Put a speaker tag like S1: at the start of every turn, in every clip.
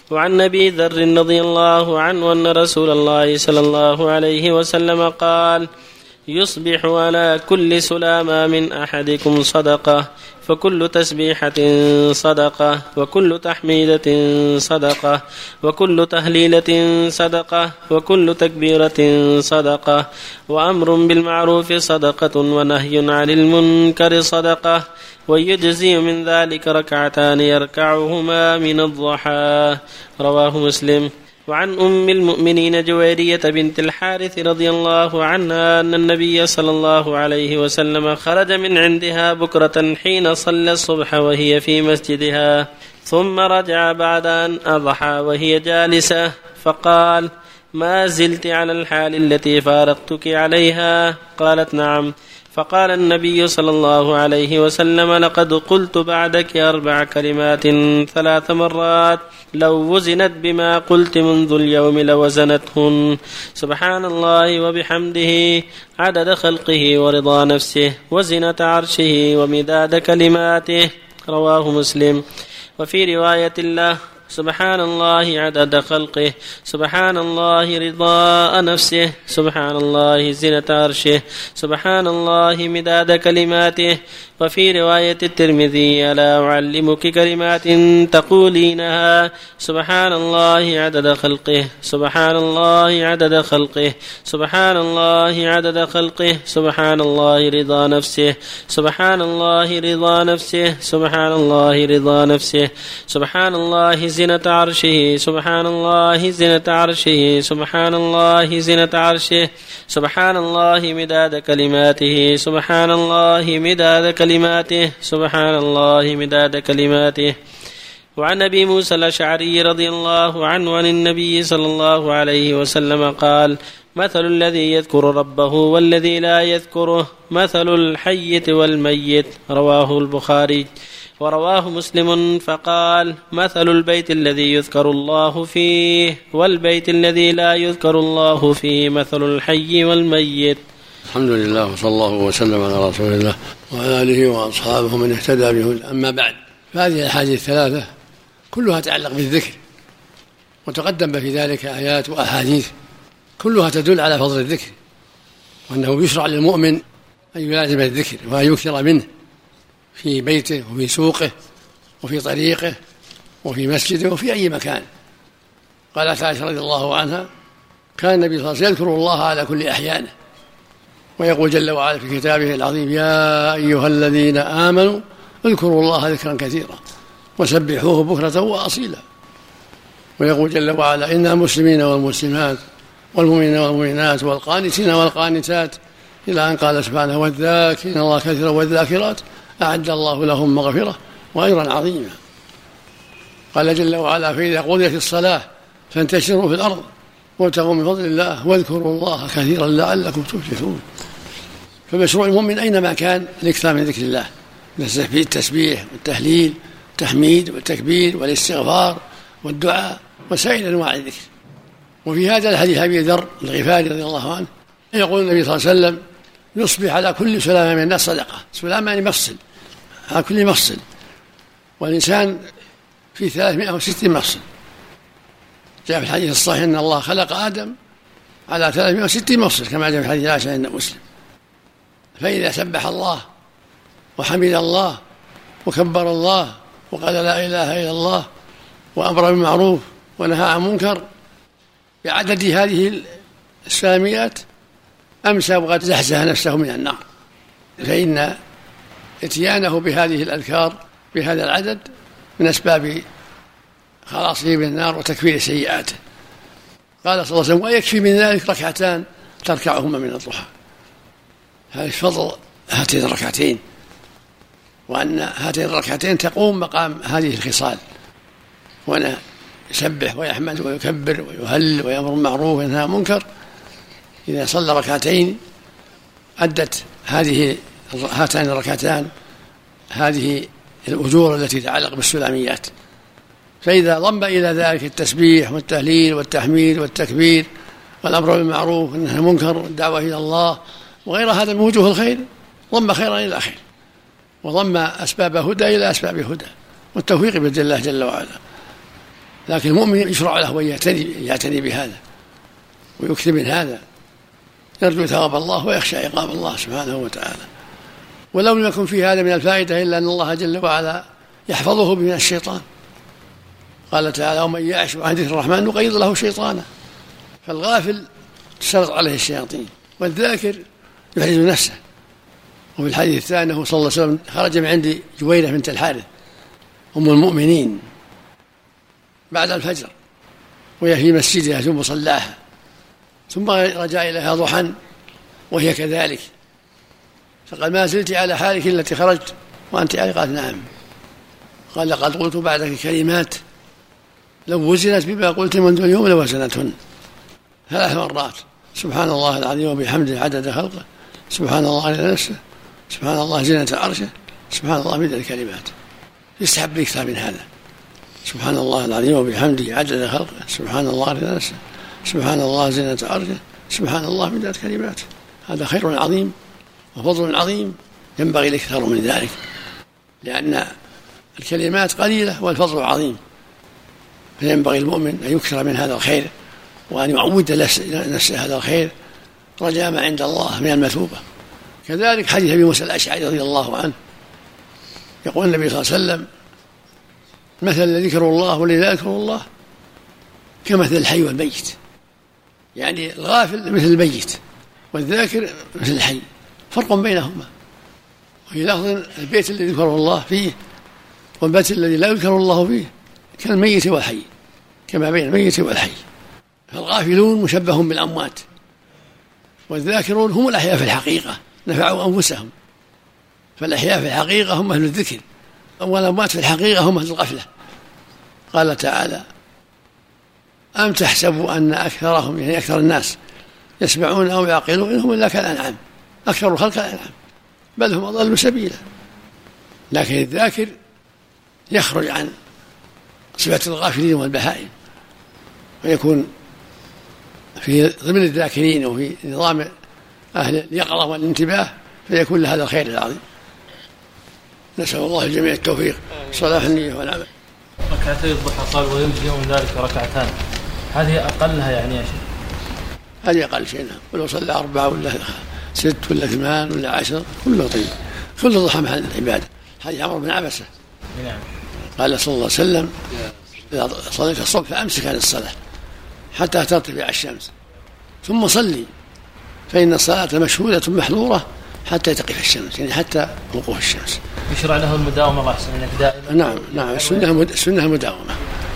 S1: وعن أبي ذر رضي الله عنه أن رسول الله صلى الله عليه وسلم قال: يصبح على كل سلامة من أحدكم صدقة، فكل تسبيحة صدقة، وكل تحميدة صدقة، وكل تهليلة صدقة، وكل تكبيرة صدقة، وأمر بالمعروف صدقة، ونهي عن المنكر صدقة، ويجزي من ذلك ركعتان يركعهما من الضحى. رواه مسلم. وعن أم المؤمنين جويرية بنت الحارث رضي الله عنها أن النبي صلى الله عليه وسلم خرج من عندها بكرة حين صلى الصبح وهي في مسجدها، ثم رجع بعد أن أضحى وهي جالسة، فقال: ما زلت على الحال التي فارقتك عليها؟ قالت: نعم. فقال النبي صلى الله عليه وسلم: لقد قلت بعدك 4 كلمات 3 مرات، لو وزنت بما قلت منذ اليوم لوزنتهن: سبحان الله وبحمده عدد خلقه ورضا نفسه وزنة عرشه ومداد كلماته. رواه مسلم. وفي رواية له: سبحان الله عدد خلقه، سبحان الله رضاء نفسه، سبحان الله زنة عرشه، سبحان الله مداد كلماته. وفي رواية الترمذي: ألا أعلمك كلمات تقولينها؟ سبحان الله عدد خلقه، سبحان الله عدد خلقه، سبحان الله عدد خلقه، سبحان الله رضا نفسه، سبحان الله رضا نفسه، سبحان الله رضا نفسه، سبحان الله زنة عرشه، سبحان الله زنة عرشه، سبحان الله زنة عرشه، سبحان الله مداد كلماته، سبحان الله مداد كلماته، سبحان الله مداد كلماته. وعن أبي موسى الأشعري رضي الله عنه عن النبي صلى الله عليه وسلم قال: مثل الذي يذكر ربه والذي لا يذكره مثل الحي والميت. رواه البخاري. ورواه مسلم فقال: مثل البيت الذي يذكر الله فيه والبيت الذي لا يذكر الله فيه مثل الحي والميت.
S2: الحمد لله، وصلى الله وسلم على رسول الله وعلى آله وأصحابه من اهتدى بهداه. أما بعد، فهذه الأحاديث 3 كلها تتعلق بالذكر، وتقدم في ذلك آيات وأحاديث كلها تدل على فضل الذكر، وأنه يشرع للمؤمن أن يلازم الذكر وأن يكثر منه في بيته وفي سوقه وفي طريقه وفي مسجده وفي أي مكان. قالت عائشة رضي الله عنها: كان النبي صلى الله عليه وسلم يذكر الله على كل أحيانه، ويقول جل وعلا في كتابه العظيم: يا أيها الذين آمنوا اذكروا الله ذكرا كثيرا وسبحوه بكرة وأصيلا. ويقول جل وعلا: إن المسلمين والمسلمات والمؤمنين والمؤمنات والقانتين والقانتات، إلى أن قال سبحانه: والذاكرين الله كثيرا والذاكرات أعد الله لهم مغفرة وأجرا عظيما. قال جل وعلا: فإذا قضيت الصلاة فانتشروا في الأرض وابتغوا من فضل الله واذكروا الله كثيرا لعلكم تفلحون. فمشروع المؤمن أينما كان الاكثار من ذكر الله، في التسبيح والتهليل والتحميد والتكبير والاستغفار والدعاء وسائر أنواع الذكر. وفي هذا الحديث أبي ذر الغفاري رضي الله عنه يقول النبي صلى الله عليه وسلم: يصبح على كل سلامة من الناس صدقة. سلامة يعني مفصل، على كل مفصل، والإنسان في 360 مفصل. جاء في الحديث الصحيح أن الله خلق آدم على 360 مفصل، كما جاء في حديث عائشة عند مسلم. فإذا سبح الله وحمد الله وكبر الله وقال لا إله إلا الله وأمر بالمعروف ونهى عن منكر بعدد هذه الساميات أمسى وقد زحزح نفسه من النار. فإن اتيانه بهذه الأذكار بهذا العدد من أسباب خلاصه من النار وتكفير سيئاته. قال صلى الله عليه وسلم: ويكفي من ذلك ركعتان تركعهما من الضحى. هذا فضل هاتين الركعتين، وأن هاتين الركعتين تقوم مقام هذه الخصال، وأنا يسبح ويحمد ويكبر ويهل ويأمر بالمعروف وينهى عن المنكر. إذا صلى ركعتين أدت هاتان الركعتان هذه الأجور التي تتعلق بالسلاميات. فإذا ضم إلى ذلك التسبيح والتهليل والتحميد والتكبير والأمر بالمعروف والنهي عن المنكر والدعوة إلى الله وغير هذا من وجوه الخير، ضم خيرا إلى خير، وضم أسباب هدى إلى أسباب هدى، والتوفيق بيد الله جل وعلا. لكن المؤمن يشرع له أن يعتني بهذا ويكثر من هذا، يرجو ثواب الله ويخشى عقاب الله سبحانه وتعالى. ولو لم يكن في هذا من الفائدة إلا أن الله جل وعلا يحفظه من الشيطان. قال تعالى: ومن يعش عن ذكر الرحمن نقيض له شيطانا. فالغافل تسلط عليه الشياطين، والذاكر يحرز نفسه. وفي الحديث الثاني أنه صلى الله عليه وسلم خرج من عند جويرة بنت الحارث أم المؤمنين بعد الفجر وهي في مسجدها ثم صلاها، ثم رجع إليها ضحى وهي كذلك، فقال: ما زلت على حالك التي خرجت وأنت على؟ قالت: نعم. قال: لقد قلت بعدك كلمات لو وزنت بما قلت منذ اليوم لوزنتهن 3 مرات: سبحان الله العظيم وبحمده عدد خلقه، سبحان الله عدد نفسه، سبحان الله زينة عرشه، سبحان الله مدد الكلمات. يستحب أكثر من هذا: سبحان الله العظيم وبحمده عدد خلقه، سبحان الله عدد نفسه، سبحان الله زينة عرشه، سبحان الله مدد كلماته. هذا خير عظيم وفضل عظيم ينبغي الإكثار من ذلك، لأن الكلمات قليلة والفضل عظيم، فينبغي المؤمن أن يكثر من هذا الخير وأن يعود نفسه هذا الخير رجاء ما عند الله من المثوبة. كذلك حديث أبي موسى الأشعري رضي الله عنه يقول النبي صلى الله عليه وسلم: مثل الذي ذكر الله والذي لا يذكر الله كمثل الحي والميت. يعني الغافل مثل الميت والذاكر مثل الحي، فرق بينهما. وفي لفظ: البيت الذي ذكر الله فيه والبيت الذي لا يذكر الله فيه كالميت والحي، كما بين الميت والحي. فالغافلون مشبه بالأموات، والذاكرون هم الأحياء في الحقيقة نفعوا أنفسهم. فالأحياء في الحقيقة هم أهل الذكر، والأموات في الحقيقة هم أهل الغفلة. قال تعالى: أم تحسبوا أن أكثرهم، يعني أكثر الناس، يسمعون أو يعقلون إنهم إلا كالأنعام، أكثر الخلق الأنعام بل هم أضل سبيلا. لكن الذاكر يخرج عن صفة الغافلين والبهائم ويكون في ضمن الذاكرين وفي نظام أهل اليقظة والانتباه، فيكون لهذا الخير العظيم. نسأل الله الجميع التوفيق، صلاح النية والعمل.
S3: ركعتي الضحى قال ويجزئ من ذلك ركعتان، هذه أقلها يعني يا شيخ؟
S2: هذه أقل شيء، ولو صلى 4 ولا 6 ولا 8 ولا 10 كله طيب، كل الضحى محل العبادة. حديث عمرو بن عبسة قال صلى الله عليه وسلم: إذا صليت الصبح فأمسك عن الصلاة حتى ترتفع الشمس ثم صلي، فإن الصلاة مشهودة محظورة حتى تقف الشمس، يعني حتى وقوف الشمس.
S3: يشرع له المداومة الله يحسن إليك دائما.
S2: نعم السنة المداومة.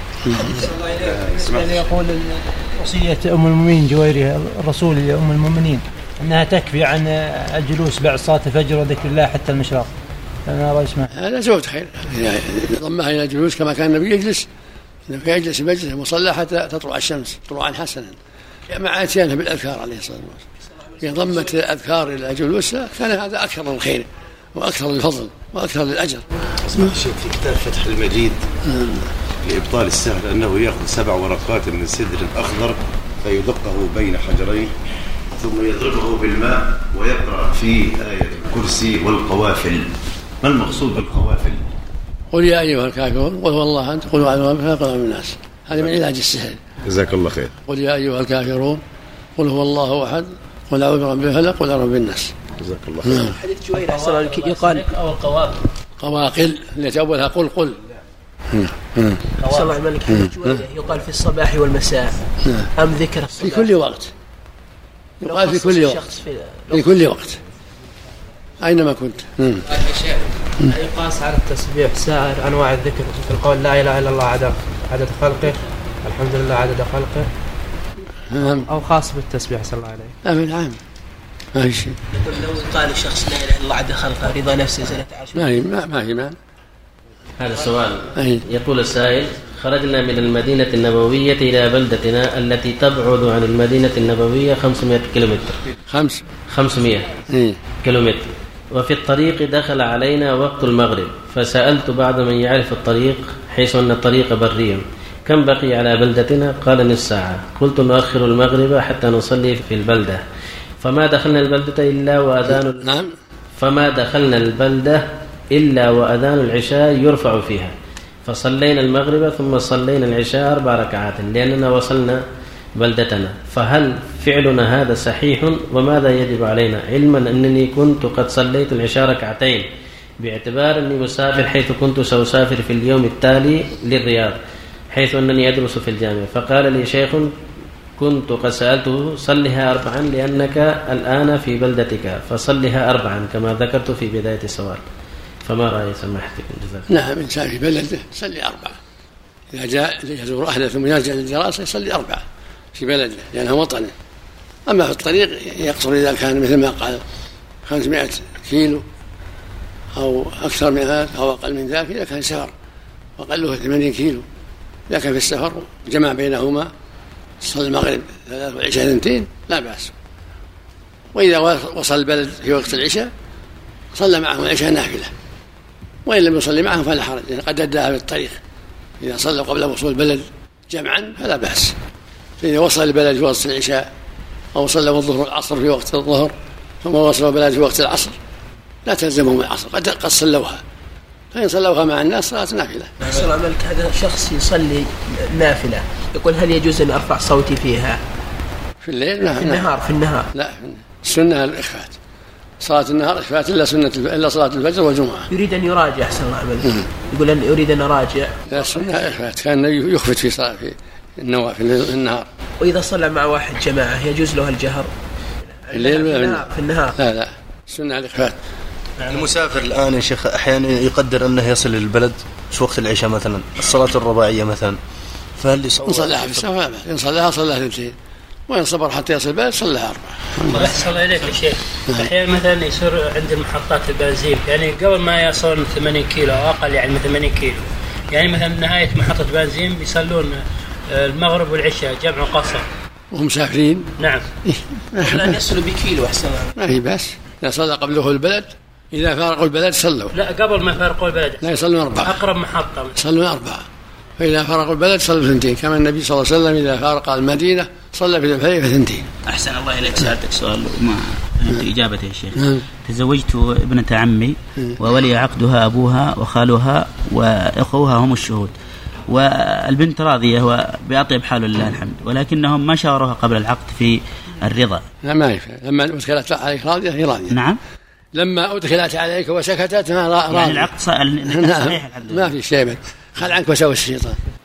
S4: يعني يقول وصية أم المؤمنين جويرية الرسول لأم المؤمنين أنها تكفي عن الجلوس بعد صلاة الفجر وذكر الله حتى المشراق، أنا أرى اسمه
S2: هذا زود خير، يعني ضمها إلى الجلوس كما كان النبي يجلس، إنه يجلس مجلس المصلى حتى تطلع الشمس طلوعا حسنا، مع أتيانها بالأذكار عليه الصلاة والسلام. إذا ضمت الأذكار إلى جلوس كان هذا أكثر الخير وأكثر الفضل وأكثر الأجر.
S5: اسمح الشيخ، في كتاب فتح المجيد لإبطال السحر أنه يأخذ 7 ورقات من سدر أخضر فيدقه بين حجرين ثم يضربه بالماء ويقرأ فيه آية الكرسي والقوافل. ما المقصود بالقوافل؟
S2: قل يا أيها الكافرون قل هو الله أحد قل أعوذ برب الفلق من الناس. هذا من علاج السحر.
S5: جزاك الله خير.
S2: قل يا أيها الكافرون قل هو الله أحد قل أعوذ برب الفلق قل أعوذ برب الناس.
S5: جزاك الله خير.
S4: حديث جويرة يقال
S3: أو القوافل
S2: قواقل التي أولها قل
S4: صلى الله عليه وسلم. حديث جويرة يقال في الصباح والمساء أم ذكر الصباح؟
S2: في كل وقت، يقال في كل وقت، في كل وقت أينما كنت.
S3: يقاس على التسبيح سائر أنواع الذكر في القول لا إله إلا الله عدد خلقه، الحمد لله عدد خلقه، أو خاص بالتسبيح صلى الله عليه؟
S2: نعم ما في شيء.
S4: لو قال الشخص لا إله إلا الله عدد خلقه رضا نفسه زنة عرشه
S2: ما هي ما.
S1: هذا السؤال يقول السائل: خرجنا من المدينة النبوية إلى بلدتنا التي تبعد عن المدينة النبوية 500 كيلومتر. 500 كيلومتر، وفي الطريق دخل علينا وقت المغرب، فسألت بعض من يعرف الطريق حيث أن الطريق بري: كم بقي على بلدتنا؟ قال: نصف ساعة. قلت: نؤخر المغرب حتى نصلي في البلدة. فما دخلنا البلدة إلا وأذان العشاء يرفع فيها، فصلينا المغرب ثم صلينا العشاء 4 ركعات لأننا وصلنا بلدتنا، فهل فعلنا هذا صحيح وماذا يجب علينا، علما أنني كنت قد صليت العشاء 2 ركعتين باعتبار أني مسافر، حيث كنت سأسافر في اليوم التالي للرياض حيث أنني أدرس في الجامعة. فقال لي شيخ كنت قد سألته صلها 4 لأنك الآن في بلدتك فصلها 4 كما ذكرت في بداية السؤال، فما رأي سماحتك؟
S2: نعم، إنسان في بلده يصلي 4، إذا جاء يزور أهله ثم يرجع للدراسة يصلي 4 في بلده لأنها وطنه. أما في الطريق يقصر إذا كان مثل ما قال 500 كيلو أو أكثر من هذا أو أقل من ذلك، إذا كان سفر وأقله 80 كيلو، إذا كان في السفر جمع بينهما صلى المغرب 3 والعشاء 2 لا بأس. وإذا وصل البلد في وقت العشاء صلى معهم العشاء نافلة، وإن لم يصلي معهم فلا حرج لأن قد أداها في الطريق. إذا صلى قبل وصول البلد جمعا فلا بأس. فإذا وصل البلد في وقت العشاء أو صلى الظهر والعصر في وقت الظهر ثم وصل البلد في وقت العصر لا تلزمهم العصر، قد صلوها، فإن صلوها مع الناس صلاة نافلة.
S6: أحسن عملك. هذا شخص يصلي نافلة يقول هل يجوز أن أرفع صوتي فيها
S2: في الليل؟
S6: في النهار. في النهار
S2: لا، السنة الإخفات، صلاة النهار إخفات إلا صلاة الفجر والجمعة.
S6: يريد أن يراجع أحسن عملك، يقول أن أريد أن أراجع.
S2: لا، السنة إخفات، كان يخفت في صلاة في النوافل النهار.
S6: وإذا صلى مع واحد جماعة يجوز له الجهر
S2: في الليل ولا
S6: في النهار؟
S2: لا، السنة الإخفات.
S7: المسافر الآن يا شيخ أحيانا يقدر أنه يصل للبلد في وقت العشاء مثلا الصلاة الرباعية مثلا، فهل
S2: يصليها في السفر؟ إن صلىها 2، وإن صبر حتى يصل البلد صلىها 4.
S8: أحسن إليك يا شيخ. أحيانا مثلا يصير عند محطات البنزين يعني قبل ما يصلون 80 كيلو أو أقل يعني من 80 كيلو، يعني مثلا نهاية محطة بنزين بيصلون المغرب والعشاء جمع قصر
S2: وهم مسافرين.
S8: نعم.
S6: لأن يصلوا بكيلو أحسن.
S2: ما في بأس، إذا صلى قبله البلد، إذا فارقوا البلد صلوا.
S8: لا، قبل ما يفارقوا البلد
S2: لا، يصلون 4.
S8: أقرب محطة
S2: يصلون 4، فإذا فارقوا البلد صلوا 2 كما النبي صلى الله عليه وسلم إذا فارق المدينة صلى في الفجر 2.
S9: أحسن الله إليك. سألتك سؤال وما إجابته يا شيخ. تزوجت ابنة عمي وولي عقدها أبوها وخالها وأخوها هم الشهود، والبنت راضية وبأطيب حال لله الحمد، ولكنهم ما شاوروها قبل العقد في الرضا.
S2: لا، ما يفعل. لما أدخلت عليك راضية هي راضية.
S9: نعم.
S2: لما أدخلت عليك وسكتت ما راضية.
S9: يعني العقد صحيح.
S2: ما في شيء، خل عنك وسوس الشيطان.